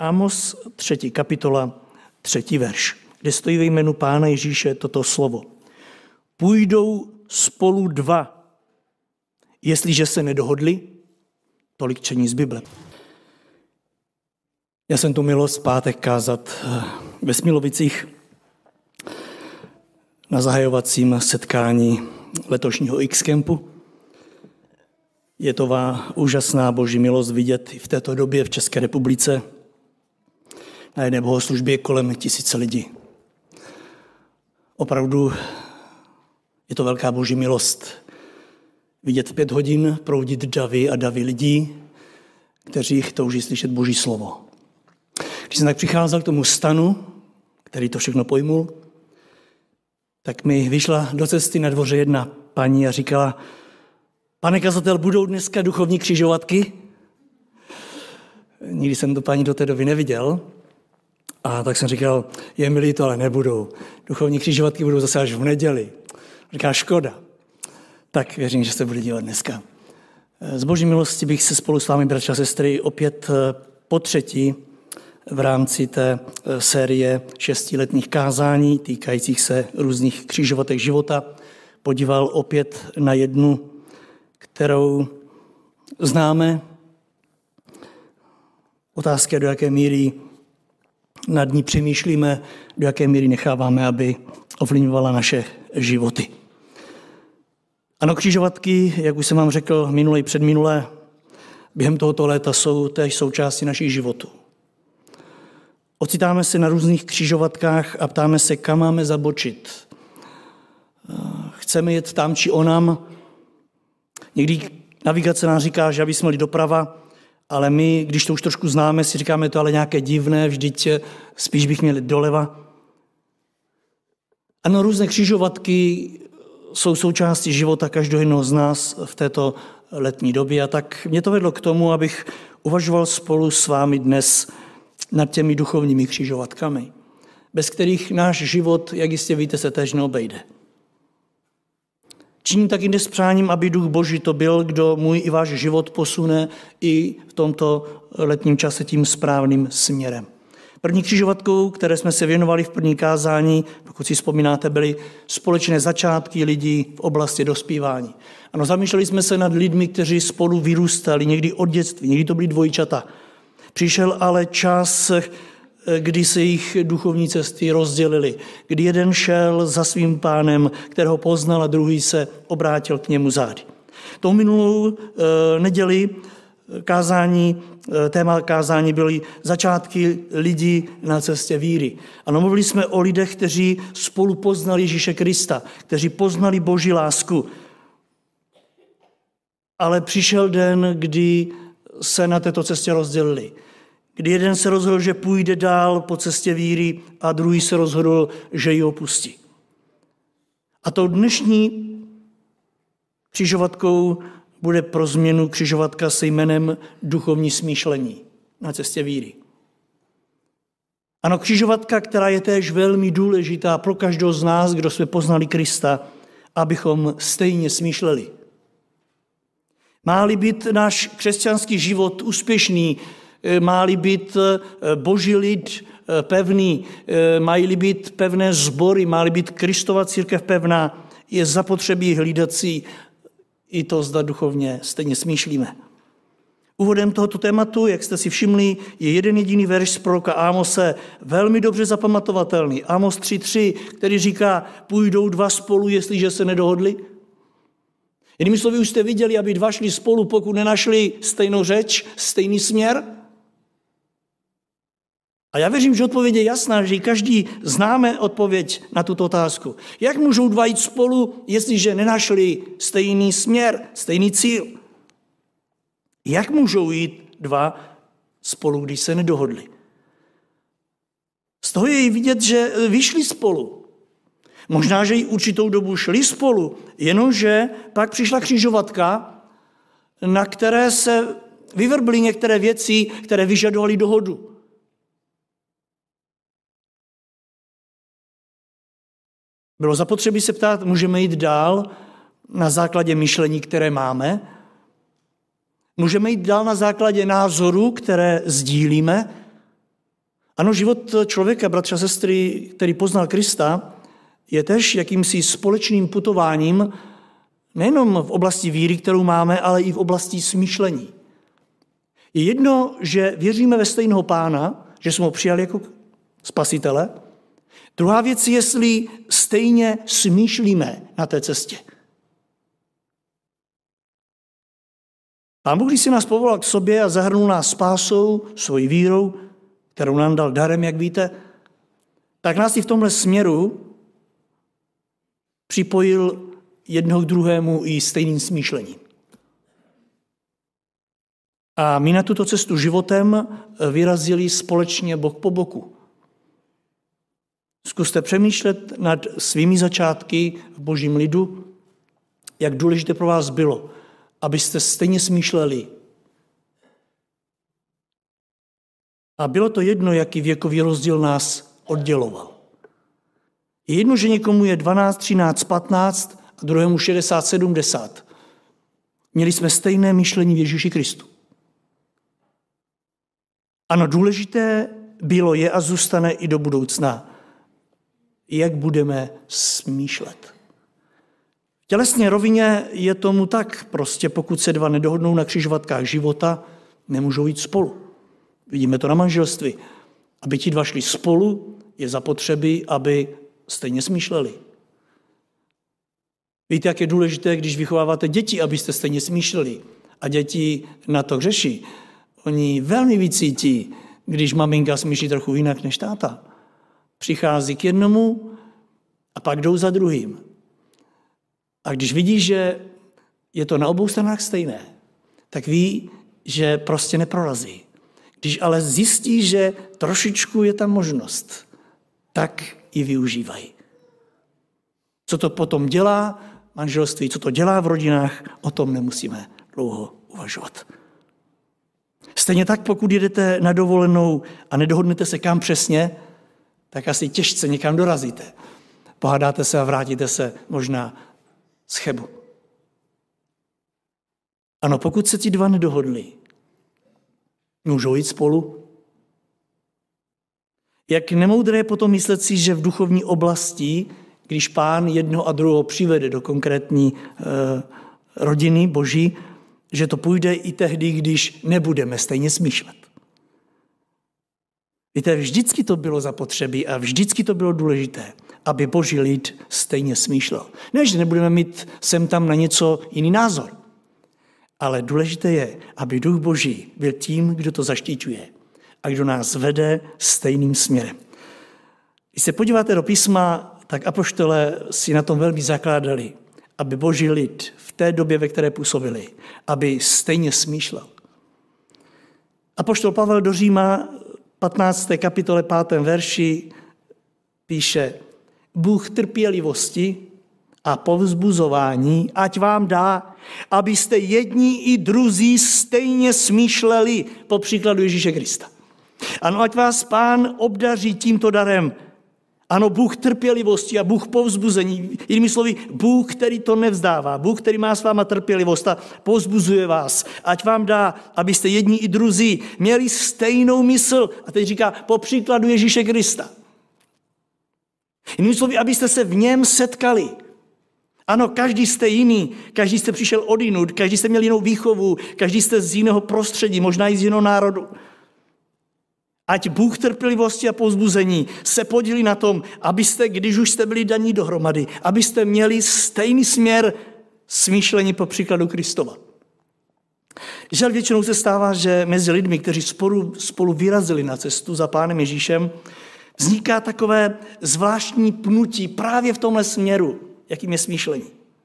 Amos 3. kapitola, 3. verš, kde stojí ve jménu Pána Ježíše toto slovo. Půjdou spolu dva, jestliže se nedohodli, tolik čtení z Bible. Já jsem tu milost v pátek kázat ve Smilovicích na zahajovacím setkání letošního X-Campu. Je to úžasná boží milost vidět i v této době v České republice. Na jedné bohoslužbě kolem 1000 lidí. Opravdu je to velká boží milost vidět v 5 hodin proudit davy a davy lidí, kteří touží slyšet boží slovo. Když jsem tak přicházel k tomu stanu, který to všechno pojmul, tak mi vyšla do cesty na dvoře jedna paní a říkala: Pane kazatel, budou dneska duchovní křižovatky? Nikdy jsem tu paní do té doby neviděl. A tak jsem říkal, je mi líto, ale nebudou. Duchovní křižovatky budou zase až v neděli. Říká, škoda. Tak věřím, že se bude dívat dneska. Z boží milosti bych se spolu s vámi, bratři a sestry, opět potřetí v rámci té série 6letých kázání týkajících se různých křižovatek života podíval opět na jednu, kterou známe. Otázka, do jaké míry nad ní přemýšlíme, do jaké míry necháváme, aby ovlivňovala naše životy. Ano, křižovatky, jak už jsem vám řekl minule i předminule, během tohoto léta jsou též součástí našich životů. Ocitáme se na různých křižovatkách a ptáme se, kam máme zabočit. Chceme jet tam či onam. Někdy navigace nám říká, že aby jsme jeli doprava, ale my, když to už trošku známe, si říkáme, to ale nějaké divné, vždyť spíš bych měl jít doleva. Ano, různé křižovatky jsou součástí života každého jednoho z nás v této letní době a tak mě to vedlo k tomu, abych uvažoval spolu s vámi dnes nad těmi duchovními křižovatkami, bez kterých náš život, jak jistě víte, se též neobejde. Činím tak i dnes přáním, aby Duch Boží to byl, kdo můj i váš život posune i v tomto letním čase tím správným směrem. První křižovatkou, které jsme se věnovali v první kázání, pokud si vzpomínáte, byly společné začátky lidí v oblasti dospívání. Ano, zamýšleli jsme se nad lidmi, kteří spolu vyrůstali, někdy od dětství, někdy to byly dvojčata. Přišel ale čas, kdy se jejich duchovní cesty rozdělily, kdy jeden šel za svým pánem, kterého poznal, a druhý se obrátil k němu zády. Tou minulou neděli téma kázání byly začátky lidí na cestě víry. Ano, mluvili jsme o lidech, kteří spolu poznali Ježíše Krista, kteří poznali Boží lásku. Ale přišel den, kdy se na této cestě rozdělili. Kdy jeden se rozhodl, že půjde dál po cestě víry a druhý se rozhodl, že ji opustí. A tou dnešní křižovatkou bude pro změnu křižovatka se jménem duchovní smýšlení na cestě víry. Ano, křižovatka, která je též velmi důležitá pro každého z nás, kdo jsme poznali Krista, abychom stejně smýšleli. Má-li být náš křesťanský život úspěšný, má-li být boží lid pevný, mají-li být pevné sbory, má-li být Kristova církev pevná, je zapotřebí hlídat si i to, zda duchovně stejně smýšlíme. Úvodem tohoto tématu, jak jste si všimli, je jeden jediný verš z proroka Ámose, velmi dobře zapamatovatelný. Ámos 3.3, který říká, půjdou dva spolu, jestliže se nedohodli. Jinými slovy, už jste viděli, aby dva šli spolu, pokud nenašli stejnou řeč, stejný směr? A já věřím, že odpověď je jasná, že každý známe odpověď na tuto otázku. Jak můžou dva jít spolu, jestliže nenašli stejný směr, stejný cíl? Jak můžou jít dva spolu, když se nedohodli? Z toho je vidět, že vyšli spolu. Možná, že i určitou dobu šli spolu, jenomže pak přišla křižovatka, na které se vyvrbly některé věci, které vyžadovaly dohodu. Bylo zapotřebí se ptát, můžeme jít dál na základě myšlení, které máme? Můžeme jít dál na základě názorů, které sdílíme? Ano, život člověka, bratře a sestry, který poznal Krista, je též jakýmsi společným putováním nejenom v oblasti víry, kterou máme, ale i v oblasti smýšlení. Je jedno, že věříme ve stejného Pána, že jsme ho přijali jako spasitele. Druhá věc je, jestli stejně smýšlíme na té cestě. Pán Bůh, když si nás povolal k sobě a zahrnul nás spásou, svojí vírou, kterou nám dal darem, jak víte, tak nás i v tomhle směru připojil jednoho k druhému i stejným smýšlením. A my na tuto cestu životem vyrazili společně bok po boku. Zkuste přemýšlet nad svými začátky v Božím lidu, jak důležité pro vás bylo, abyste stejně smýšleli. A bylo to jedno, jaký věkový rozdíl nás odděloval. Je jedno, že někomu je 12, 13, 15 a druhému 60, 70. Měli jsme stejné myšlení v Ježíši Kristu. Ano, důležité bylo, je a zůstane i do budoucna, jak budeme smýšlet. V tělesné rovině je tomu tak, prostě pokud se dva nedohodnou na křižovatkách života, nemůžou jít spolu. Vidíme to na manželství. Aby ti dva šli spolu, je zapotřebí, aby stejně smýšleli. Víte, jak je důležité, když vychováváte děti, abyste stejně smýšleli. A děti na to hřeší. Oni velmi vycítí, když maminka smýšlí trochu jinak než táta. Přichází k jednomu a pak jdou za druhým. A když vidí, že je to na obou stranách stejné, tak ví, že prostě neprorazí. Když ale zjistí, že trošičku je tam možnost, tak ji využívají. Co to potom dělá manželství, co to dělá v rodinách, o tom nemusíme dlouho uvažovat. Stejně tak, pokud jedete na dovolenou a nedohodnete se kam přesně, tak asi těžce někam dorazíte. Pohádáte se a vrátíte se možná z Chebu. Ano, pokud se ti dva nedohodli, můžou jít spolu. Jak nemoudré je potom myslet si, že v duchovní oblasti, když Pán jednoho a druhého přivede do konkrétní rodiny Boží, že to půjde i tehdy, když nebudeme stejně smýšlet. Víte, vždycky to bylo zapotřebí a vždycky to bylo důležité, aby Boží lid stejně smýšlel. Ne, že nebudeme mít sem tam na něco jiný názor, ale důležité je, aby Duch Boží byl tím, kdo to zaštiťuje a kdo nás vede stejným směrem. Když se podíváte do písma, tak apoštolé si na tom velmi zakládali, aby Boží lid v té době, ve které působili, aby stejně smýšlel. Apoštol Pavel do Říma 15. kapitole 5. verši píše: Bůh trpělivosti a povzbuzování ať vám dá, abyste jedni i druzí stejně smýšleli po příkladu Ježíše Krista. Ano, ať vás Pán obdaří tímto darem. Ano, Bůh trpělivosti a Bůh povzbuzení. Jinými slovy, Bůh, který to nevzdává. Bůh, který má s váma trpělivost a povzbuzuje vás. Ať vám dá, abyste jedni i druzí měli stejnou mysl. A teď říká, po příkladu Ježíše Krista. Jinými slovy, abyste se v něm setkali. Ano, každý jste jiný, každý jste přišel odjinud, každý jste měl jinou výchovu, každý jste z jiného prostředí, možná i z jiného národu. Ať Bůh trpělivosti a povzbuzení se podílí na tom, abyste, když už jste byli daní dohromady, abyste měli stejný směr smýšlení po příkladu Kristova. Žel většinou se stává, že mezi lidmi, kteří spolu vyrazili na cestu za Pánem Ježíšem, vzniká takové zvláštní pnutí právě v tomhle směru, jakým je smýšlení.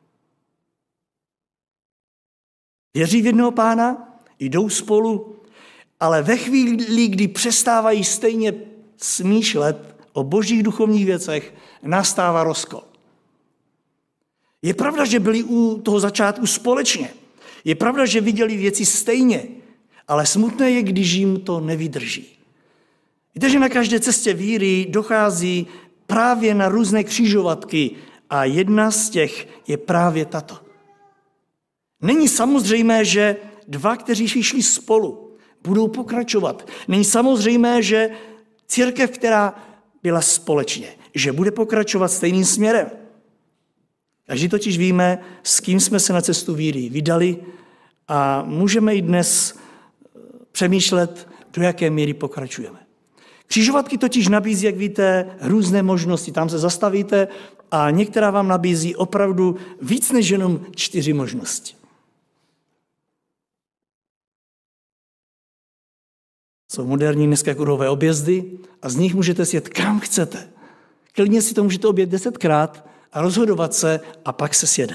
Věří v jednoho Pána, jdou spolu, ale ve chvíli, kdy přestávají stejně smýšlet o božích duchovních věcech, nastává rozkol. Je pravda, že byli u toho začátku společně. Je pravda, že viděli věci stejně, ale smutné je, když jim to nevydrží. Víte, že na každé cestě víry dochází právě na různé křižovatky a jedna z těch je právě tato. Není samozřejmé, že dva, kteří šli spolu, budou pokračovat. Není samozřejmé, že Církev, která byla společně, že bude pokračovat stejným směrem. Každý totiž víme, s kým jsme se na cestu víry vydali a můžeme i dnes přemýšlet, do jaké míry pokračujeme. Křižovatky totiž nabízí, jak víte, různé možnosti. Tam se zastavíte a některá vám nabízí opravdu víc než jenom 4 možnosti. Jsou moderní dneska kruhové objezdy a z nich můžete sjet kam chcete. Klidně si to můžete objet 10krát a rozhodovat se a pak se sjede.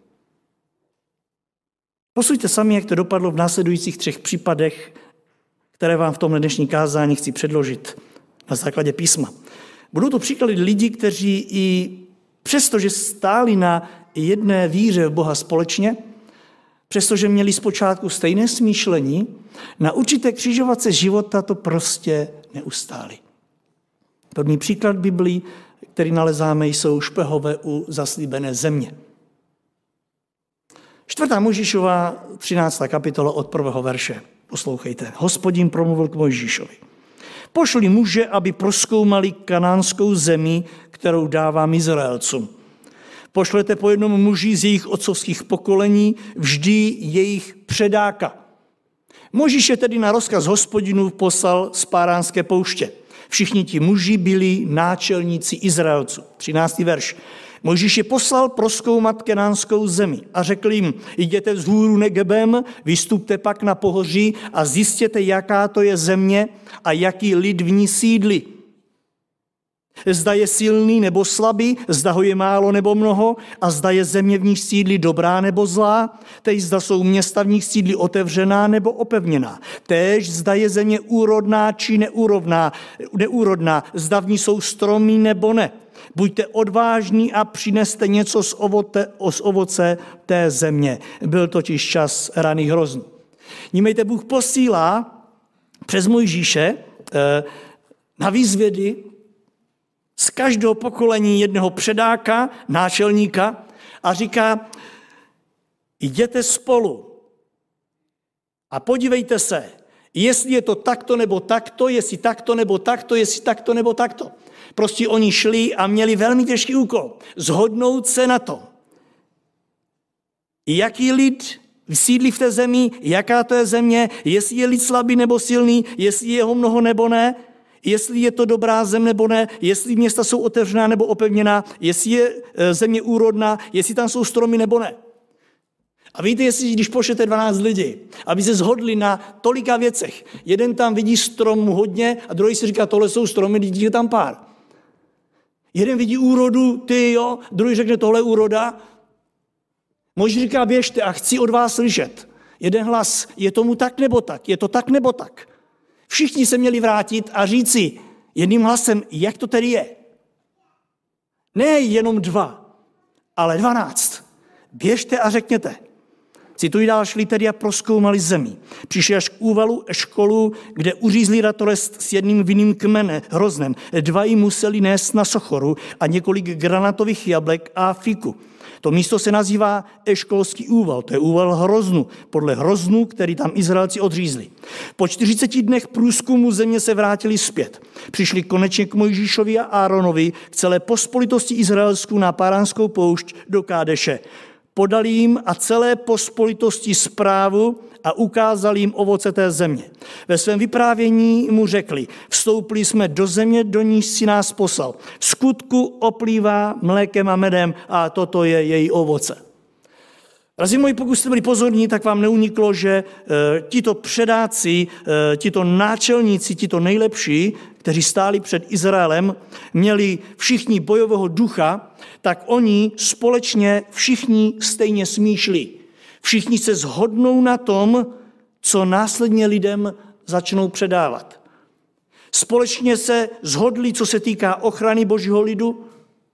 Posuďte sami, jak to dopadlo v následujících 3 případech, které vám v tomhle dnešní kázání chci předložit na základě písma. Budou to příklady lidí, kteří i přesto, že stáli na jedné víře v Boha společně, přestože měli zpočátku stejné smýšlení, na určité křižovatce života to prostě neustáli. První příklad Biblii, který nalezáme, jsou špehové u zaslíbené země. 4. Mojžíšova 13. kapitola od 1. verše. Poslouchejte. Hospodin promluvil k Mojžíšovi. Pošli muže, aby prozkoumali kanánskou zemi, kterou dávám Izraelcům. Pošlete po jednom muži z jejich otcovských pokolení, vždy jejich předáka. Mojžíše tedy na rozkaz Hospodinův poslal z Páránské pouště. Všichni ti muži byli náčelníci Izraelců. 13. verš. Mojžíš je poslal prozkoumat kanánskou zemi a řekl jim, jděte vzhůru Negebem, vystupte pak na pohoří a zjistěte, jaká to je země a jaký lid v ní sídlí. Zda je silný nebo slabý, zda ho je málo nebo mnoho a zda je země v níž sídlí dobrá nebo zlá, též zda jsou města v nich sídlí otevřená nebo opevněná. Též zda je země úrodná či neúrodná, zda v ní jsou stromy nebo ne. Buďte odvážní a přineste něco z ovoce té země. Byl totiž čas raných hroznů. Nímejte, Bůh posílá přes Mojžíše na výzvědy z každého pokolení jednoho předáka, náčelníka a říká, jděte spolu a podívejte se, jestli je to takto nebo takto, jestli takto nebo takto, jestli takto nebo takto. Prostě oni šli a měli velmi těžký úkol. Zhodnout se na to, jaký lid sídlí v té zemi, jaká to je země, jestli je lid slabý nebo silný, jestli je ho mnoho nebo ne, jestli je to dobrá zem nebo ne, jestli města jsou otevřená nebo opevněná, jestli je země úrodná, jestli tam jsou stromy nebo ne. A víte, jestli když pošlete 12 lidí, aby se shodli na tolika věcech, jeden tam vidí stromů hodně a druhý si říká, tohle jsou stromy, lidí je tam pár. Jeden vidí úrodu, ty jo, druhý řekne, tohle je úroda. Možná říká, běžte a chci od vás slyšet. Jeden hlas, je tomu tak nebo tak, je to tak nebo tak. Všichni se měli vrátit a říci jedním hlasem, jak to tedy je. Ne jenom 2, ale 12. Běžte a řekněte. Cituji dál, šli tedy a prozkoumali zemi. Přišli až k úvalu Eškolu, kde uřízli ratolest s jedním vinným kmene, hroznem. 2 ji museli nést na sochoru a několik granatových jablek a fiku. To místo se nazývá Eškolský úval, to je úval Hroznu, podle Hroznu, který tam Izraelci odřízli. Po 40 dnech průzkumu země se vrátili zpět. Přišli konečně k Mojžíšovi a Áronovi k celé pospolitosti izraelskou na Páránskou poušť do Kádeše. Podali jim a celé pospolitosti zprávu a ukázali jim ovoce té země. Ve svém vyprávění mu řekli, vstoupili jsme do země, do níž si nás poslal. V skutku oplývá mlékem a medem a toto je její ovoce. Drazí moji, pokud jste byli pozorní, tak vám neuniklo, že tito předáci, tito náčelníci, tito nejlepší, kteří stáli před Izraelem, měli všichni bojového ducha, tak oni společně všichni stejně smýšlí. Všichni se shodnou na tom, co následně lidem začnou předávat. Společně se shodli, co se týká ochrany Božího lidu.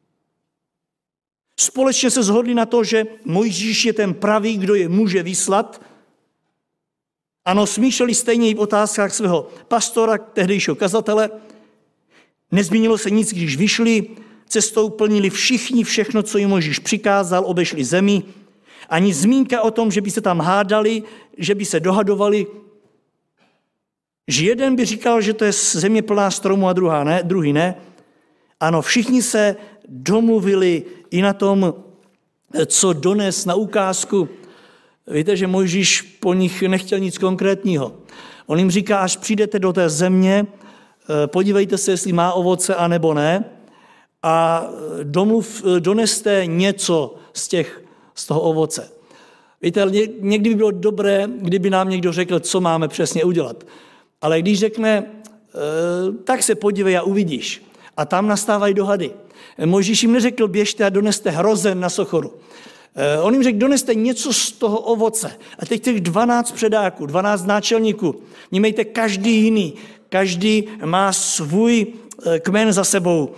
Společně se shodli na to, že Mojžíš je ten pravý, kdo je může vyslat. Ano, smýšleli stejně i v otázkách svého pastora, tehdejšího kazatele. Nezměnilo se nic, když vyšli, cestou plnili všichni všechno, co jim Mojžíš přikázal, obešli zemi. Ani zmínka o tom, že by se tam hádali, že by se dohadovali. Že jeden by říkal, že to je země plná stromů a druhý ne. Ano, všichni se domluvili i na tom, co dones na ukázku. Víte, že Mojžíš po nich nechtěl nic konkrétního. On jim říká, až přijdete do té země, podívejte se, jestli má ovoce a nebo ne, a doneste něco z toho ovoce. Víte, někdy by bylo dobré, kdyby nám někdo řekl, co máme přesně udělat. Ale když řekne, tak se podívej a uvidíš. A tam nastávají dohady. Mojžíš jim neřekl, běžte a doneste hrozen na sochoru. On jim řekl, doneste něco z toho ovoce. A teď těch 12 předáků, 12 náčelníků, mějte každý jiný. Každý má svůj kmen za sebou.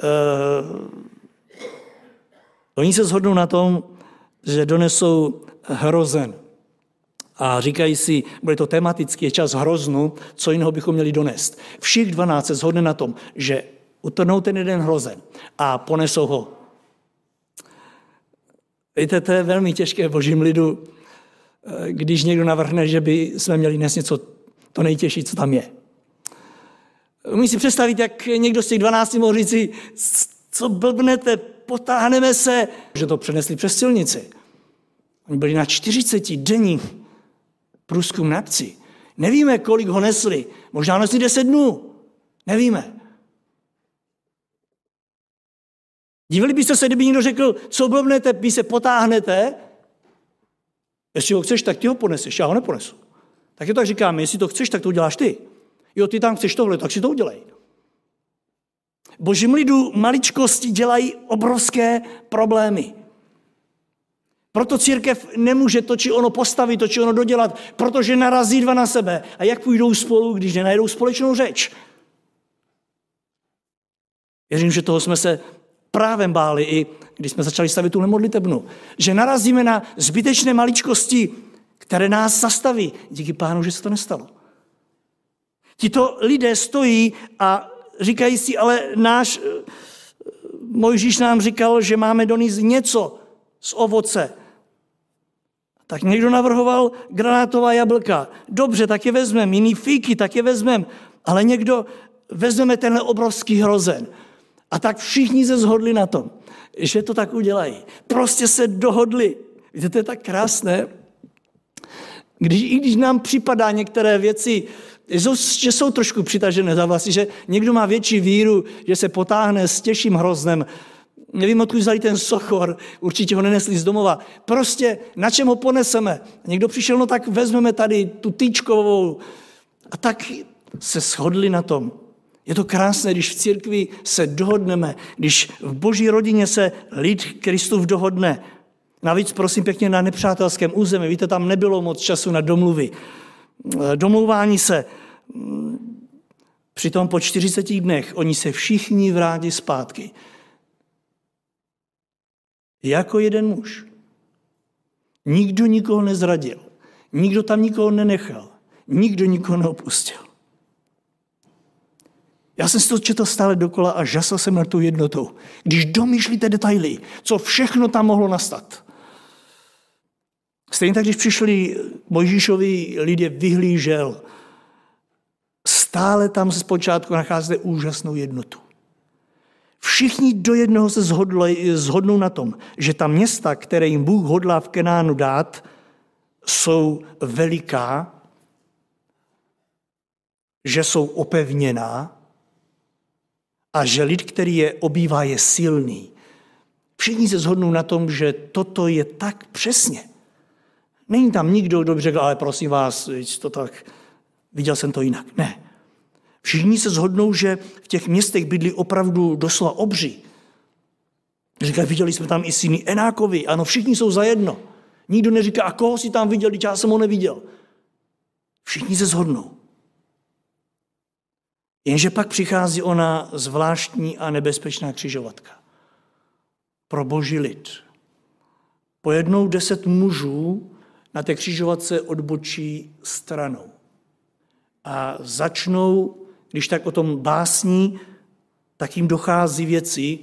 Oni se shodnou na tom, že donesou hrozen. A říkají si, bude to tematický, je čas hroznu, co jiného bychom měli donést. Všech 12 se shodne na tom, že utrhnou ten jeden hrozen a ponesou ho. Víte, to je velmi těžké v božím lidu, když někdo navrhne, že by jsme měli nést něco to nejtěžší, co tam je. Umí si představit, jak někdo z těch 12 mohl říci, co blbnete, potáhneme se, že to přenesli přes silnici. Oni byli na 40denní průzkum na akci. Nevíme, kolik ho nesli. Možná nesli 10 dnů. Nevíme. Divili byste se, kdyby někdo řekl, co blbnete, vy se potáhnete. Jestli ho chceš, tak ty ho poneseš, já ho neponesu. Tak je tak říkáme, jestli to chceš, tak to uděláš ty. Jo, ty tam chceš tohle, tak si to udělej. Božím lidu maličkosti dělají obrovské problémy. Proto církev nemůže to, či ono postavit, to, či ono dodělat, protože narazí dva na sebe. A jak půjdou spolu, když nenajdou společnou řeč? Věřím, že toho jsme se právem báli, i když jsme začali stavit tuhle modlitebnu. Že narazíme na zbytečné maličkosti, které nás zastaví. Díky Pánu, že se to nestalo. Tito lidé stojí a říkají si, ale náš Mojžíš nám říkal, že máme donést něco z ovoce. Tak někdo navrhoval granátová jablka. Dobře, tak je vezmeme. Jiný fíky, tak je vezmeme. Ale někdo vezmeme tenhle obrovský hrozen. A tak všichni se shodli na tom, že to tak udělají. Prostě se dohodli. Víte, to je tak krásné. I když nám připadá některé věci, že jsou trošku přitažené za vlasy, že někdo má větší víru, že se potáhne s těžším hroznem. Nevím, odkud vzali ten sochor, určitě ho nenesli z domova. Prostě na čem ho poneseme? Někdo přišel, no tak vezmeme tady tu týčkovou. A tak se shodli na tom. Je to krásné, když v církvi se dohodneme, když v boží rodině se lid Kristův dohodne. Navíc, prosím pěkně, na nepřátelském území. Víte, tam nebylo moc času na domluvy. Domlouvání se. Přitom po 40 dnech oni se všichni vrátí zpátky. Jako jeden muž. Nikdo nikoho nezradil. Nikdo tam nikoho nenechal. Nikdo nikoho neopustil. Já jsem si to četl stále dokola a žasl jsem na tu jednotou. Když domýšlíte detaily, co všechno tam mohlo nastat. Stejně tak, když přišli Mojžíšovi, lidé vyhlížel. Stále tam se zpočátku nacházíte úžasnou jednotu. Všichni do jednoho se shodnou na tom, že ta města, které jim Bůh hodlá v Kenánu dát, jsou veliká, že jsou opevněná a že lid, který je obývá, je silný. Všichni se shodnou na tom, že toto je tak přesně. Není tam nikdo, kdo by řekl, ale prosím vás, to tak, viděl jsem to jinak. Ne. Všichni se shodnou, že v těch městech bydlí opravdu doslova obří. Říkají, viděli jsme tam i syny Enákovi. Ano, všichni jsou zajedno. Nikdo neříká, a koho si tam viděl, když já jsem ho neviděl. Všichni se shodnou. Jenže pak přichází ona zvláštní a nebezpečná křižovatka. Pro boží lid. Pojednou 10 mužů na té křižovatce odbočí stranou. A začnou, když tak o tom básní, tak jim dochází věci,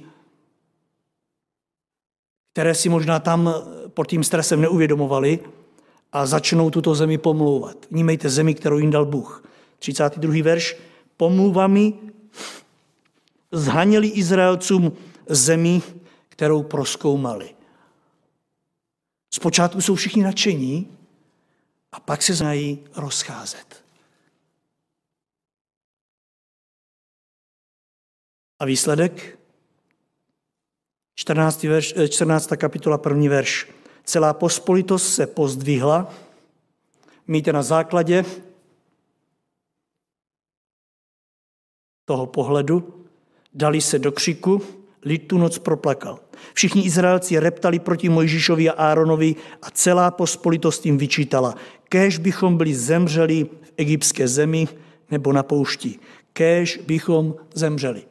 které si možná tam pod tím stresem neuvědomovali a začnou tuto zemi pomlouvat. Vnímejte zemi, kterou jim dal Bůh. 32. verš. Pomluvami zhaněli Izraelcům zemi, kterou prozkoumali. Zpočátku jsou všichni nadšení a pak se znají rozcházet. A výsledek? 14. kapitola 1. verš. Celá pospolitost se pozdvihla, mějte na základě toho pohledu, dali se do křiku, lid tu noc proplakal. Všichni Izraelci reptali proti Mojžíšovi a Áronovi a celá pospolitost jim vyčítala. Kéž bychom byli zemřeli v egyptské zemi nebo na poušti. Kéž bychom zemřeli.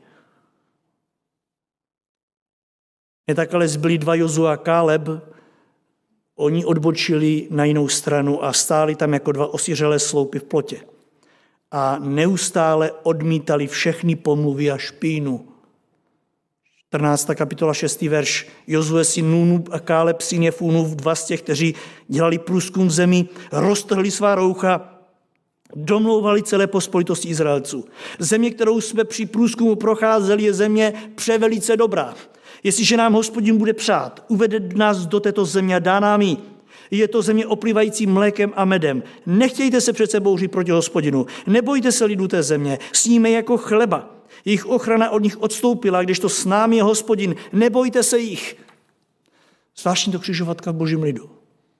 Tak ale zbyli dva Jozua a Káleb, oni odbočili na jinou stranu a stáli tam jako dva osiřelé sloupy v plotě. A neustále odmítali všechny pomluvy a špínu. 14. kapitola 6. verš. Jozue syn Núnu a Káleb syn Jefunův, dva z těch, kteří dělali průzkum v zemi, roztrhli svá roucha, domlouvali celé pospolitosti Izraelců. Země, kterou jsme při průzkumu procházeli, je země převelice dobrá. Jestliže nám Hospodin bude přát, uvede nás do této země a dá nám ji. Je to země oplývající mlékem a medem. Nechtějte se přece bouřit proti Hospodinu. Nebojte se lidu té země. Sníme jako chleba. Jejich ochrana od nich odstoupila, když to s námi je Hospodin. Nebojte se jich. Zvláštní to křižovatka v božím lidu.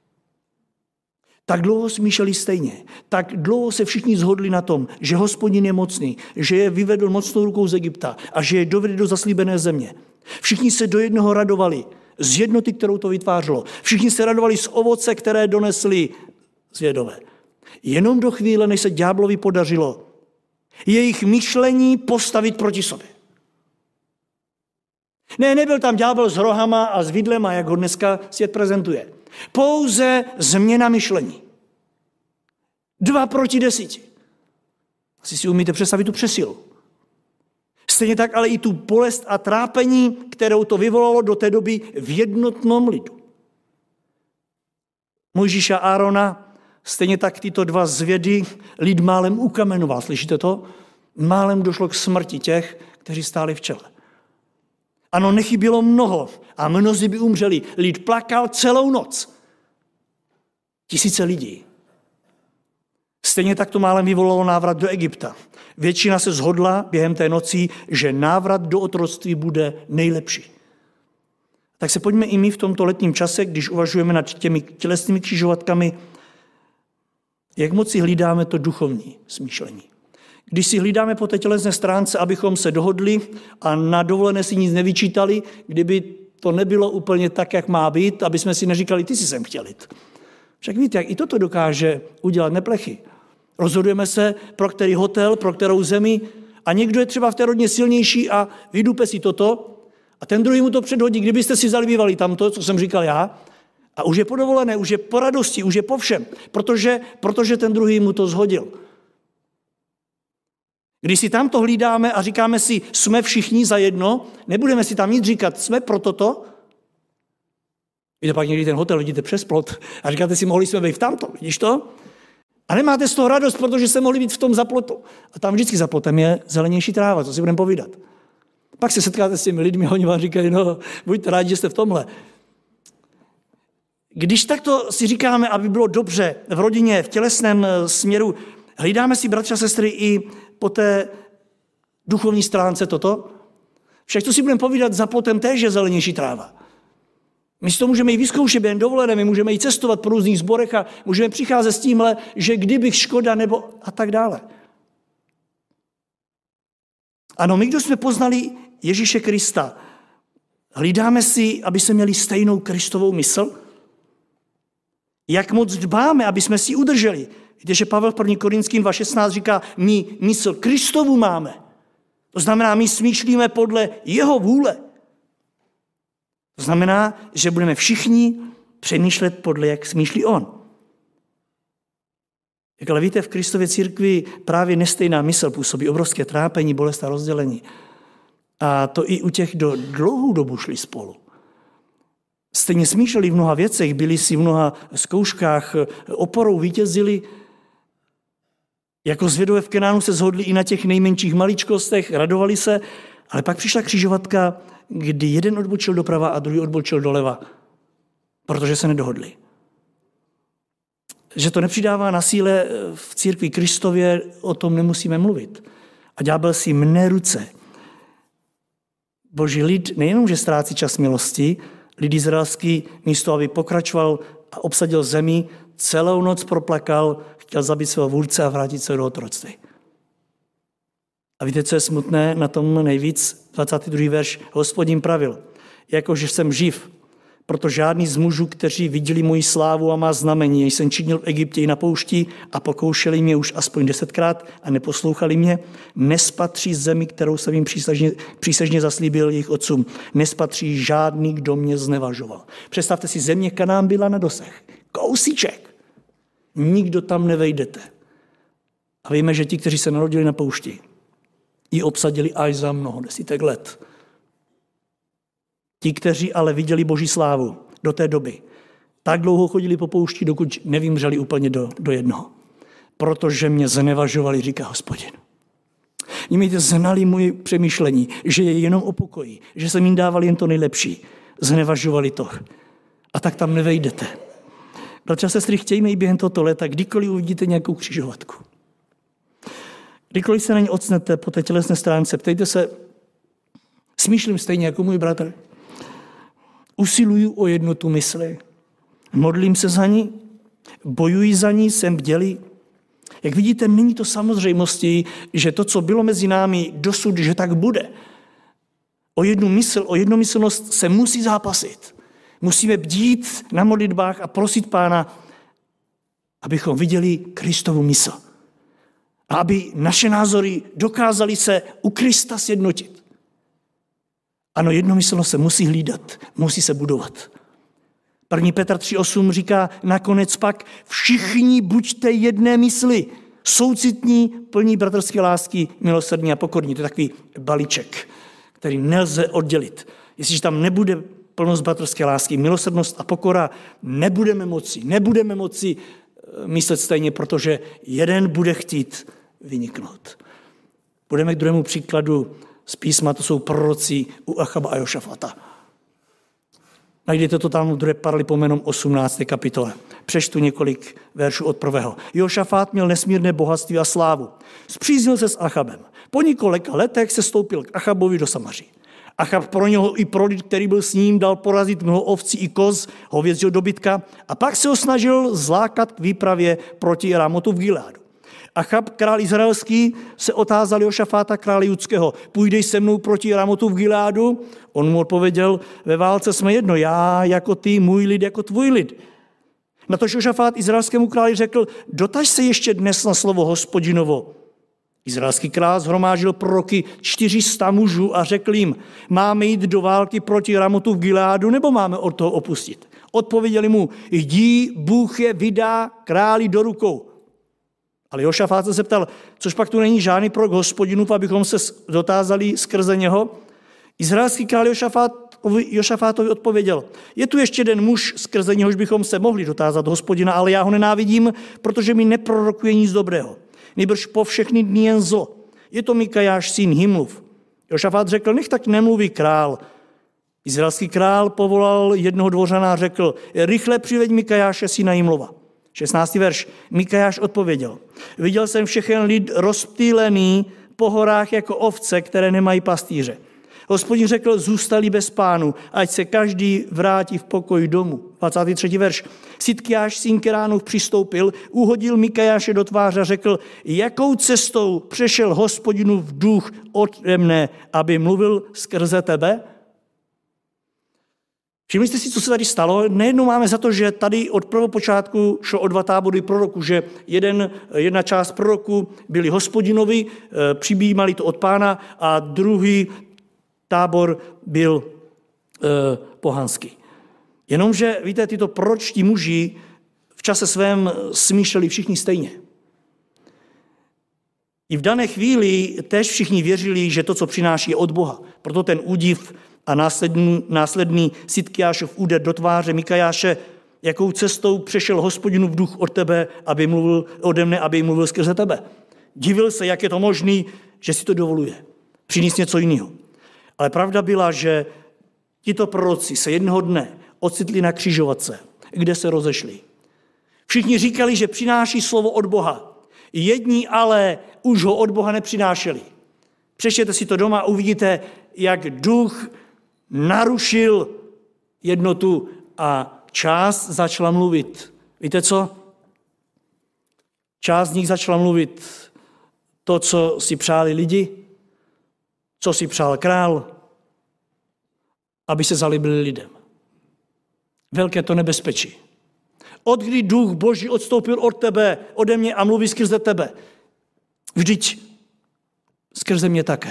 Tak dlouho smýšleli stejně. Tak dlouho se všichni shodli na tom, že Hospodin je mocný, že je vyvedl mocnou rukou z Egypta a že je dovede do zaslíbené země. Všichni se do jednoho radovali z jednoty, kterou to vytvářelo. Všichni se radovali z ovoce, které donesli zvědové. Jenom do chvíle, než se ďáblovi podařilo jejich myšlení postavit proti sobě. Ne, nebyl tam ďábel s rohama a s vidlema, jak ho dneska svět prezentuje. Pouze změna myšlení. 2 proti 10. Asi si umíte představit tu přesilu. Stejně tak ale i tu bolest a trápení, kterou to vyvolalo do té doby v jednotnom lidu. Mojžíš a Árona, stejně tak tyto dva zvědy lid málem ukamenoval. Slyšíte to? Málem došlo k smrti těch, kteří stáli v čele. Ano, nechybělo mnoho a mnozí by umřeli. Lid plakal celou noc. 1000 lidí. Stejně tak to málem vyvolalo návrat do Egypta. Většina se shodla během té noci, že návrat do otroctví bude nejlepší. Tak se pojďme i my v tomto letním čase, když uvažujeme nad těmi tělesnými křižovatkami, jak moc si hlídáme to duchovní smýšlení. Když si hlídáme po té tělesné stránce, abychom se dohodli a na dovolené si nic nevyčítali, kdyby to nebylo úplně tak, jak má být, aby jsme si neříkali, ty si sem chtěl jít. Však víte, jak i toto dokáže udělat neplechy. Rozhodujeme se, pro který hotel, pro kterou zemi a někdo je třeba v té rodině silnější a vydupe si toto a ten druhý mu to předhodí, kdybyste si zalibývali tamto, co jsem říkal já, a už je po dovolené, už je po radosti, už je po všem, protože ten druhý mu to zhodil. Když si tam to hlídáme a říkáme si, jsme všichni za jedno, nebudeme si tam nic říkat, jsme pro toto. Víte, pak někdy ten hotel vidíte přes plot a říkáte si, mohli jsme být v tamto, vidíš to? A nemáte z toho radost, protože jste mohli být v tom zaplotu. A tam vždycky za plotem je zelenější tráva, co si budeme povídat. Pak se setkáte s těmi lidmi a oni vám říkají, no, buďte rádi, že jste v tomhle. Když takto si říkáme, aby bylo dobře v rodině, v tělesném směru, hlídáme si, bratři a sestry, i po té duchovní stránce toto. Však to si budeme povídat, za plotem též je zelenější tráva. My si to můžeme i vyzkoušet během dovolené, my můžeme i cestovat po různých sborech a můžeme přicházet s tímhle, že kdybych škoda nebo a tak dále. Ano, my, kdo jsme poznali Ježíše Krista, hlídáme si, aby jsme měli stejnou Kristovou mysl? Jak moc dbáme, aby jsme si udrželi? Víte, že Pavel v 1. Korinským 2.16 říká, my mysl Kristovu máme. To znamená, my smýšlíme podle jeho vůle. To znamená, že budeme všichni přemýšlet podle, jak smýšlí on. Jak ale víte, v Kristově církvi právě nestejná mysl působí obrovské trápení, bolest a rozdělení. A to i u těch, kdo dlouhou dobu šli spolu. Stejně smýšleli v mnoha věcech, byli si v mnoha zkouškách oporou, vítězili. Jako zvědové v Kenánu se shodli i na těch nejmenších maličkostech, radovali se, ale pak přišla křižovatka, kdy jeden odbočil doprava a druhý odbočil doleva, protože se nedohodli. Že to nepřidává na síle v církvi Kristově, o tom nemusíme mluvit. A ďábel si mne ruce. Boží lid nejenom, že ztrácí čas milosti, lid izraelský místo, aby pokračoval a obsadil zemi, celou noc proplakal, chtěl zabít svého vůdce a vrátit se do otroctví. A víte, co je smutné na tom nejvíc? 22. verš. Hospodin pravil, jakože jsem živ, proto žádný z mužů, kteří viděli moji slávu a má znamení, jež jsem činil v Egyptě i na poušti a pokoušeli mě už aspoň 10krát a neposlouchali mě, nespatří zemi, kterou jsem jim přísežně zaslíbil jejich otcům. Nespatří žádný, kdo mě znevažoval. Představte si, země Kanán byla na dosah. Kousíček. Nikdo tam nevejdete. A víme, že ti, kteří se narodili na poušti, ji obsadili až za mnoho desítek let. Ti, kteří ale viděli Boží slávu do té doby, tak dlouho chodili po poušti, dokud nevymřeli úplně do jednoho. Protože mě znevažovali, říká Hospodin. Mějte znali moje přemýšlení, že je jenom o pokoji, že jsem jim dával jen to nejlepší. Znevažovali to. A tak tam nevejdete. Bratři a sestry, chtějme i během tohoto léta, kdykoliv uvidíte nějakou křižovatku. Kdykoliv se na ně ocnete po té tělesné stránce, ptejte se, smýšlím stejně jako můj bratr. Usiluju o jednotu mysli. Modlím se za ní, bojuji za ní, jsem bdělý. Jak vidíte, není to samozřejmostí, že to, co bylo mezi námi dosud, že tak bude. O jednomyslnost se musí zápasit. Musíme bdít na modlitbách a prosit Pána, abychom viděli Kristovu mysl. A aby naše názory dokázaly se u Krista sjednotit. Ano, jednomyslnost se musí hlídat, musí se budovat. 1. Petr 3.8 říká, nakonec pak všichni buďte jedné mysli, soucitní, plní bratrské lásky, milosrdní a pokorní. To je takový balíček, který nelze oddělit. Jestliže tam nebude plnost bratrské lásky, milosrdnost a pokora, nebudeme moci myslet stejně, protože jeden bude chtít vyniknout. Budeme k druhému příkladu z písma, to jsou proroci u Achaba a Jošafata. Najdete to tam v 2. Paralipomenom 18. kapitole. Přečtu několik veršů od 1. Jošafát měl nesmírné bohatství a slávu. Spříznil se s Achabem. Po několika letech se stoupil k Achabovi do Samaří. Achab pro něho i pro lid, který byl s ním, dal porazit mnoho ovcí i koz, hovězího dobytka a pak se ho snažil zlákat k výpravě proti Ramotu v Gileádu. Achab, král izraelský, se otázal Jošafáta, krále judského, půjdeš se mnou proti Ramotu v Gileádu? On mu odpověděl, ve válce jsme jedno, já jako ty, můj lid jako tvůj lid. Na to Jošafát izraelskému králi řekl, dotaž se ještě dnes na slovo Hospodinovo. Izraelský král shromáždil proroky 400 mužů a řekl jim, máme jít do války proti Ramotu v Gileádu, nebo máme od toho opustit? Odpověděli mu, jdi, Bůh je vydá králi do rukou. Ale Jošafát se zeptal, což pak tu není žádný prorok Hospodinův, abychom se dotázali skrze něho. Izraelský král Jošafátovi odpověděl, je tu ještě jeden muž, skrze něhož bychom se mohli dotázat Hospodina, ale já ho nenávidím, protože mi neprorokuje nic dobrého. Nýbrž po všechny dny jen zlo. Je to Mikajáš, syn Himlův. Jošafát řekl, nech tak nemluví král. Izraelský král povolal jednoho dvořana a řekl, rychle přiveď Mikajáše, syna Himlova. 16. verš. Mikajáš odpověděl, viděl jsem všechen lid rozptýlený po horách jako ovce, které nemají pastýře. Hospodin řekl, zůstali bez pánu, ať se každý vrátí v pokoji domů. 23. verš. Sidkiáš, syn Keránův, přistoupil, uhodil Mikajáše do tváře a řekl, jakou cestou přešel Hospodinův duch ode mne, aby mluvil skrze tebe? Všimli jste si, co se tady stalo? Nejednou máme za to, že tady od prvopočátku šlo o 2 tábory proroků, že jedna část proroků byli Hospodinovi, přibímali to od pána a druhý tábor byl pohanský. Jenomže, víte, tyto proročtí muži v čase svém smýšleli všichni stejně. I v dané chvíli též všichni věřili, že to, co přináší, je od Boha. Proto ten údiv a následný Sidkiášův úder do tváře Mikajáše, jakou cestou přešel Hospodinův duch od tebe, aby mluvil ode mne, aby mluvil skrze tebe. Divil se, jak je to možné, že si to dovoluje. Přinést něco jiného. Ale pravda byla, že tito proroci se jednoho dne ocitli na křižovatce, kde se rozešli. Všichni říkali, že přináší slovo od Boha. Jedni ale už ho od Boha nepřinášeli. Přečtěte si to doma a uvidíte, jak duch narušil jednotu a část začala mluvit. Víte co? Část z nich začala mluvit to, co si přáli lidi, co si přál král, aby se zalíbili lidem. Velké to nebezpečí. Od kdy duch Boží odstoupil od tebe, ode mě a mluví skrze tebe? Vždyť skrze mě také.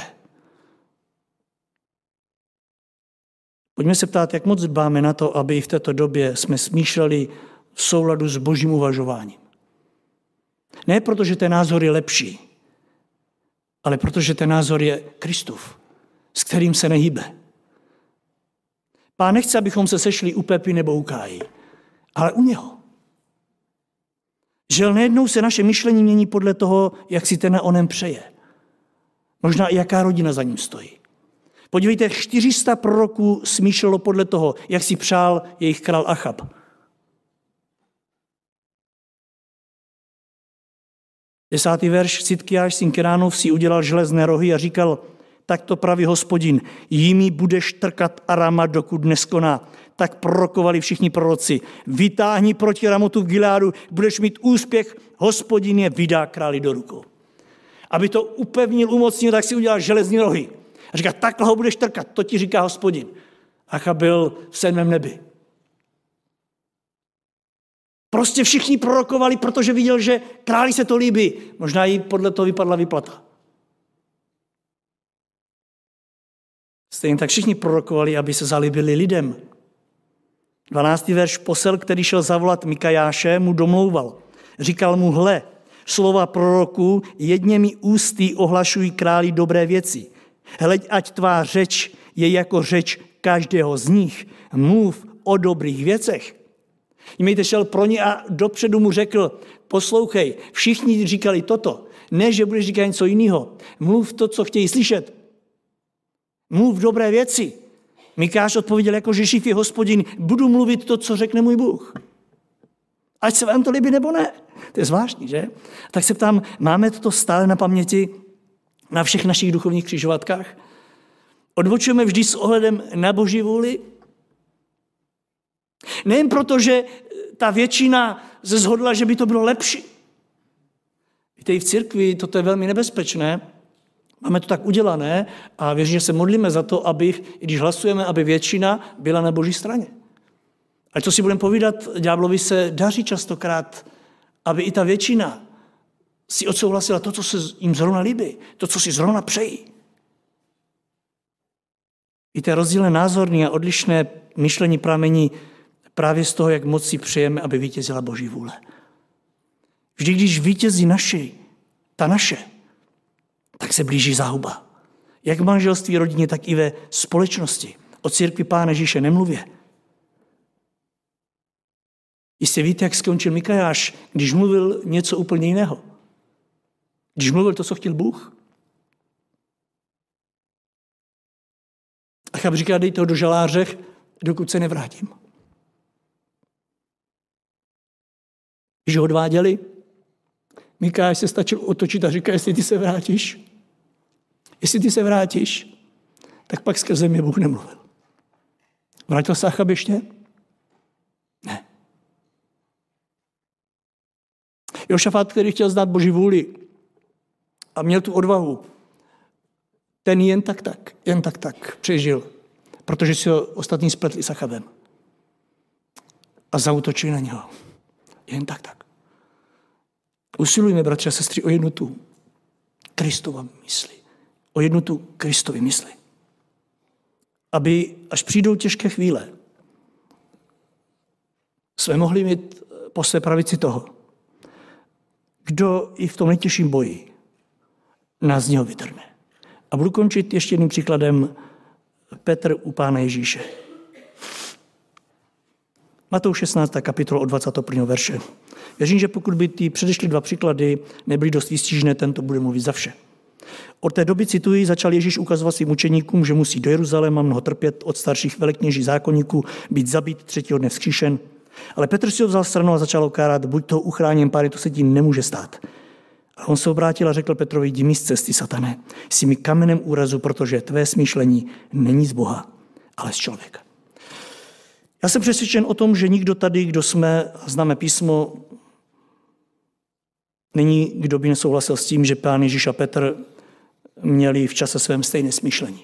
Pojďme se ptát, jak moc dbáme na to, aby v této době jsme smýšleli v souladu s Božím uvažováním. Ne proto, že ten názor je lepší, ale protože ten názor je Kristův, s kterým se nehýbe. Pán nechce, abychom se sešli u Pepy nebo u Káji, ale u něho. Že nejednou se naše myšlení mění podle toho, jak si ten a onem přeje. Možná i jaká rodina za ním stojí. Podívejte, 400 proroků smýšlelo podle toho, jak si přál jejich král Achab. Desátý verš, Citkiáš, syn Kenánův, si udělal železné rohy a říkal, tak to praví Hospodin, jimi budeš trkat Arama, dokud neskoná. Tak prorokovali všichni proroci. Vytáhni proti Ramotu v Gileádu, budeš mít úspěch, Hospodin je vydá králi do rukou. Aby to upevnil, umocnil, tak si udělal železní rohy. A říká, takhle ho budeš trkat, to ti říká Hospodin. Achab byl v 7. nebi. Prostě všichni prorokovali, protože viděl, že králi se to líbí. Možná jí podle toho vypadla výplata. Stejně tak všichni prorokovali, aby se zalíbili lidem. 12. verš, posel, který šel zavolat Mikajáše, mu domlouval. Říkal mu, hle, slova proroků jedněmi ústy ohlašují králi dobré věci. Hleď, ať tvá řeč je jako řeč každého z nich. Mluv o dobrých věcech. Jmejte šel pro ně a dopředu mu řekl, poslouchej, všichni říkali toto. Ne, že budeš říkat něco jiného. Mluv to, co chtějí slyšet. Mluv dobré věci. Mikáš odpověděl, jako že živ je Hospodin, budu mluvit to, co řekne můj Bůh. Ať se vám to líbí nebo ne. To je zvláštní, že? Tak se ptám, máme toto stále na paměti na všech našich duchovních křižovatkách? Odbočujeme vždy s ohledem na Boží vůli? Nejen proto, že ta většina se shodla, že by to bylo lepší. Víte, i v církvi toto je velmi nebezpečné. Máme to tak udělané a věřím, že se modlíme za to, aby, když hlasujeme, aby většina byla na Boží straně. A co si budeme povídat, ďáblovi se daří častokrát, aby i ta většina si odsouhlasila to, co se jim zrovna líbí, to, co si zrovna přejí. Víte, rozdílné názorné a odlišné myšlení pramení právě z toho, jak moc si přejeme, aby vítězila Boží vůle. Vždy, když vítězí ta naše, tak se blíží záhuba. Jak v manželství, rodině, tak i ve společnosti. O církvi Pána Ježíše nemluvě. Jistě víte, jak skončil Mikajáš, když mluvil něco úplně jiného. Když mluvil to, co chtěl Bůh. Achab říká, dejte ho do žaláře, dokud se nevrátím. Když ho odváděli, Mikajáš se stačil otočit a říká, jestli ty se vrátíš, tak pak skrze mě Bůh nemluvil. Vrátil se Achab ještě? Ne. Jošafát, který chtěl znát Boží vůli a měl tu odvahu, ten jen tak přežil, protože si ho ostatní spletli s Achabem a zaútočili na něho. Jen tak. Usilujme, bratři a sestry, o jednotu Kristova mysli. O jednotu Kristovy mysli. Aby, až přijdou těžké chvíle, jsme mohli mít po své pravici toho, kdo i v tom nejtěžším boji nás z něho vytrhne. A budu končit ještě jedním příkladem. Petr u Pána Ježíše. Matouš 16. kapitola od 21. verše. Věřím, že pokud by ty předešly 2 příklady nebyly dost výstižné, tento bude mluvit za vše. Od té doby, cituji, začal Ježíš ukazovat svým učeníkům, že musí do Jeruzaléma mnoho trpět, od starších velekněží zákonníků, být zabit, 3. dne vzkříšen. Ale Petr si ho vzal stranou a začal okárat, buď toho uchráněn, Páne, to se ti nemůže stát. A on se obrátil a řekl Petrovi, jdi mi z cesty, satane, jsi mi kamenem úrazu, protože tvé smýšlení není z Boha, ale z člověka. Já jsem přesvědčen o tom, že nikdo tady, kdo jsme a známe písmo, není, kdo by nesouhlasil s tím, že Pán Ježíš a Petr měli v čase svém stejné smýšlení.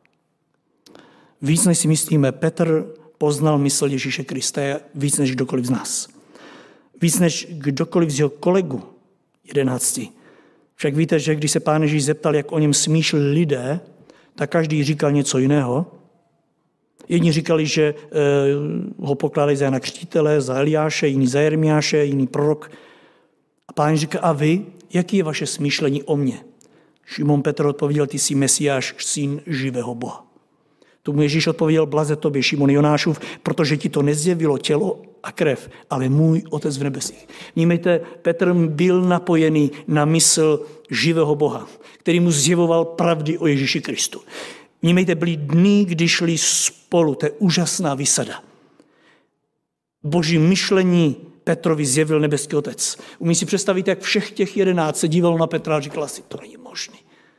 Víc, než si myslíme, Petr poznal mysl Ježíše Krista víc než kdokoliv z nás. Víc než kdokoliv z jeho kolegů 11. Však víte, že když se Pán Ježíš zeptal, jak o něm smýšleli lidé, tak každý říkal něco jiného. Jedni říkali, že ho pokládají za Jana Křtitele, za Eliáše, jiný za Jeremiáše, jiný prorok. A Pán říká, a vy, jaký je vaše smýšlení o mně? Šimon Petr odpověděl, ty jsi Mesiáš, syn živého Boha. Tomu Ježíš odpověděl, blaze tobě, Šimon Jonášův, protože ti to nezjevilo tělo a krev, ale můj Otec v nebesích. Vnímejte, Petr byl napojený na mysl živého Boha, který mu zjevoval pravdy o Ježíši Kristu. Vnímejte, byly dny, kdy šli spolu, to je úžasná výsada. Boží myšlení Petrovi zjevil nebeský Otec. Umí si představit, jak všech těch 11 se dívalo na Petra a říkala si, to není možné.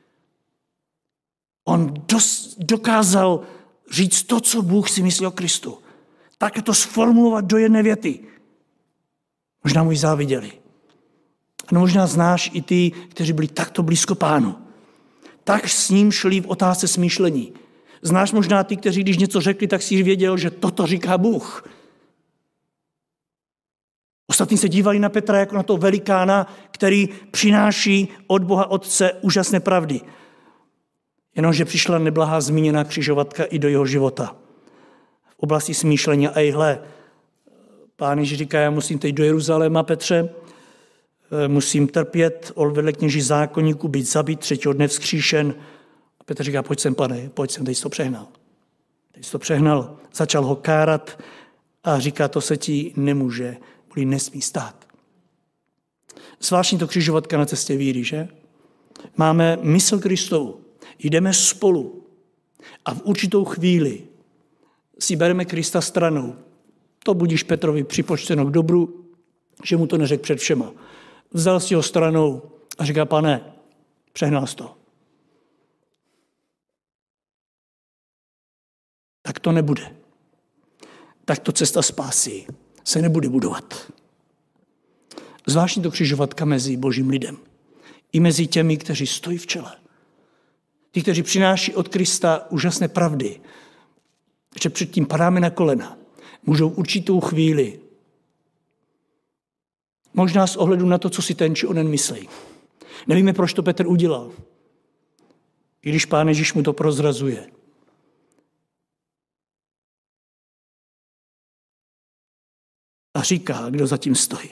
On dokázal říct to, co Bůh si myslí o Kristu. Tak to sformulovat do jedné věty. Možná mu ji záviděli. No možná znáš i ty, kteří byli takto blízko Pánu. Tak s ním šli v otázce smýšlení. Znáš možná ty, kteří když něco řekli, tak si věděl, že toto říká Bůh. Ostatní se dívali na Petra jako na toho velikána, který přináší od Boha Otce úžasné pravdy. Jenomže přišla neblahá zmíněná křižovatka i do jeho života. V oblasti smýšlení a ejhle, Pán Ježíš říká, já musím teď do Jeruzaléma, Petře, musím trpět, od velekněží zákonníků, být zabit, 3. dne vzkříšen. A Petr říká, pojď sem, Pane, pojď sem, teď jsi to přehnal. Teď jsi to přehnal, začal ho kárat a říká, to se ti nemůže, bolí nesmí stát. Zvláštní to křižovatka na cestě víry, že? Máme mysl Kristovu, jdeme spolu a v určitou chvíli si bereme Krista stranou. To budíš Petrovi připočteno k dobru, že mu to neřekl před všema. Vzal si ho stranou a říká, Pane, přehnal jsi to. Tak to nebude. Tak to cesta spásy se nebude budovat. Zvláštní to křižovatka mezi božím lidem i mezi těmi, kteří stojí v čele. Ti, kteří přináší od Krista úžasné pravdy, že předtím padáme na kolena, můžou určitou chvíli, možná s ohledem na to, co si ten či onen myslí. Nevíme, proč to Petr udělal, i když Pán Ježíš mu to prozrazuje. A říká, kdo zatím stojí.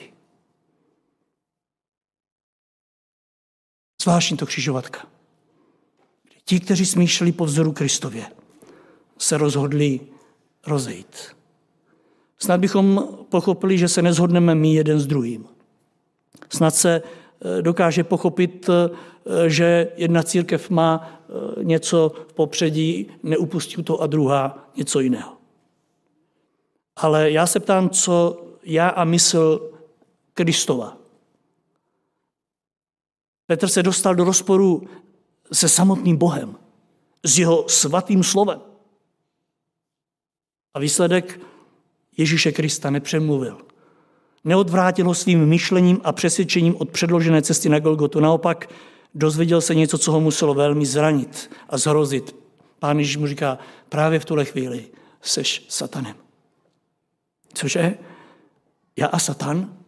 Zvláštní to křižovatka. Ti, kteří smýšleli po vzoru Kristově, se rozhodli rozejít. Snad bychom pochopili, že se nezhodneme my jeden s druhým. Snad se dokáže pochopit, že jedna církev má něco v popředí, neupustí to a druhá něco jiného. Ale já se ptám, co já a mysl Kristova. Petr se dostal do rozporu se samotným Bohem, s jeho svatým slovem. A výsledek Ježíše Krista nepřemluvil. Neodvrátil ho svým myšlením a přesvědčením od předložené cesty na Golgotu. Naopak dozvěděl se něco, co ho muselo velmi zranit a zhrozit. Pán Ježíš mu říká, právě v tuhle chvíli seš satanem. Cože? Já a Satan?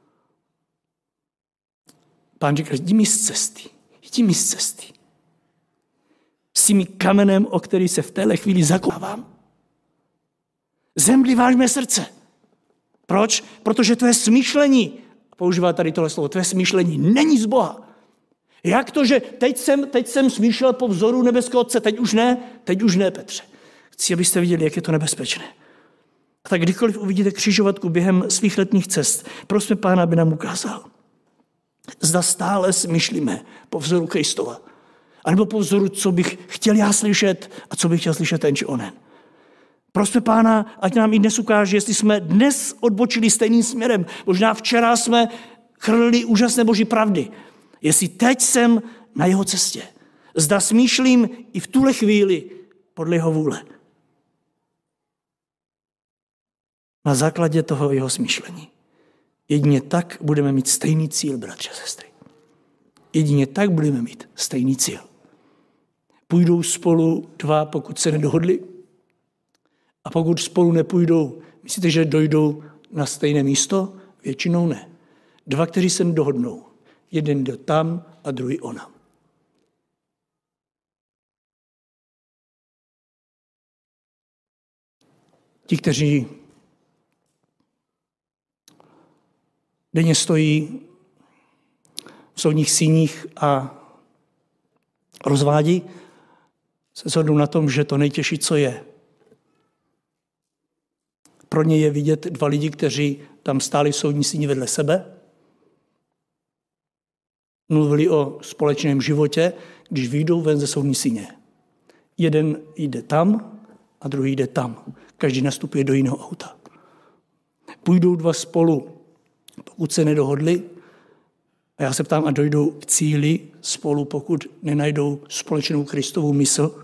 Pán říká, jdi mi z cesty. Jdi mi z cesty. S tím kamenem, o který se v téhle chvíli zakopávám. Zembliváš mé srdce. Proč? Protože tvé smýšlení, používá tady tohle slovo, tvé smýšlení není z Boha. Jak to, že teď jsem smýšlel po vzoru nebeského Otce, teď už ne, Petře. Chci, abyste viděli, jak je to nebezpečné. A tak kdykoliv uvidíte křižovatku během svých letních cest, prosme Pána, aby nám ukázal. Zda stále smýšlíme po vzoru Kristova. A nebo po vzoru, co bych chtěl já slyšet a co bych chtěl slyšet ten či onen. Prosme Pána, ať nám i dnes ukáže, jestli jsme dnes odbočili stejným směrem. Možná včera jsme chrlili úžasné Boží pravdy. Jestli teď jsem na jeho cestě. Zda smýšlím i v tuhle chvíli podle jeho vůle. Na základě toho jeho smýšlení. Jedině tak budeme mít stejný cíl, bratři a sestry. Jedině tak budeme mít stejný cíl. Půjdou spolu dva, pokud se nedohodli. A pokud spolu nepůjdou, myslíte, že dojdou na stejné místo? Většinou ne. Dva, kteří se nedohodnou. Jeden jde tam a druhý ona. Ti, kteří denně stojí v soudních síních a rozvádí, se shodnou na tom, že to nejtěžší, co je. Pro ně je vidět dva lidi, kteří tam stáli v soudní síni vedle sebe, mluvili o společném životě, když vyjdou ven ze soudní síně. Jeden jde tam a druhý jde tam. Každý nastupuje do jiného auta. Půjdou dva spolu, pokud se nedohodli, a já se ptám, a dojdou k cíli spolu, pokud nenajdou společnou Kristovu mysl.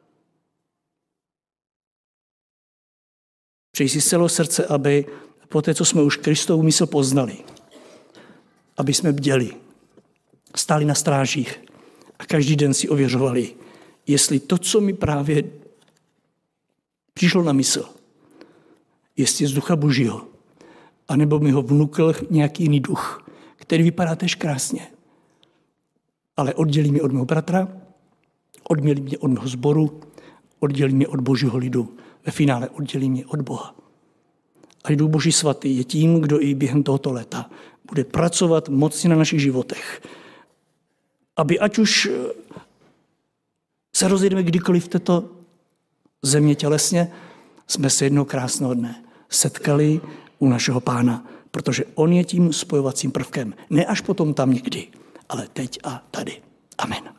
Přeji si z celého srdce, aby po té, co jsme už Kristovu mysl poznali, aby jsme bděli, stáli na strážích a každý den si ověřovali, jestli to, co mi právě přišlo na mysl, jestli z ducha Božího, anebo mi ho vnukl nějaký jiný duch, který vypadá též krásně, ale oddělí mě od mého bratra, oddělí mě od mého sboru, oddělí mě od Božího lidu, ve finále oddělí mě od Boha. A Duch Boží svatý je tím, kdo i během tohoto léta bude pracovat mocně na našich životech, aby ať už se rozjedeme kdykoliv v této země tělesně, jsme se jednoho krásného dne setkali u našeho Pána, protože on je tím spojovacím prvkem. Ne až potom tam někdy, ale teď a tady. Amen.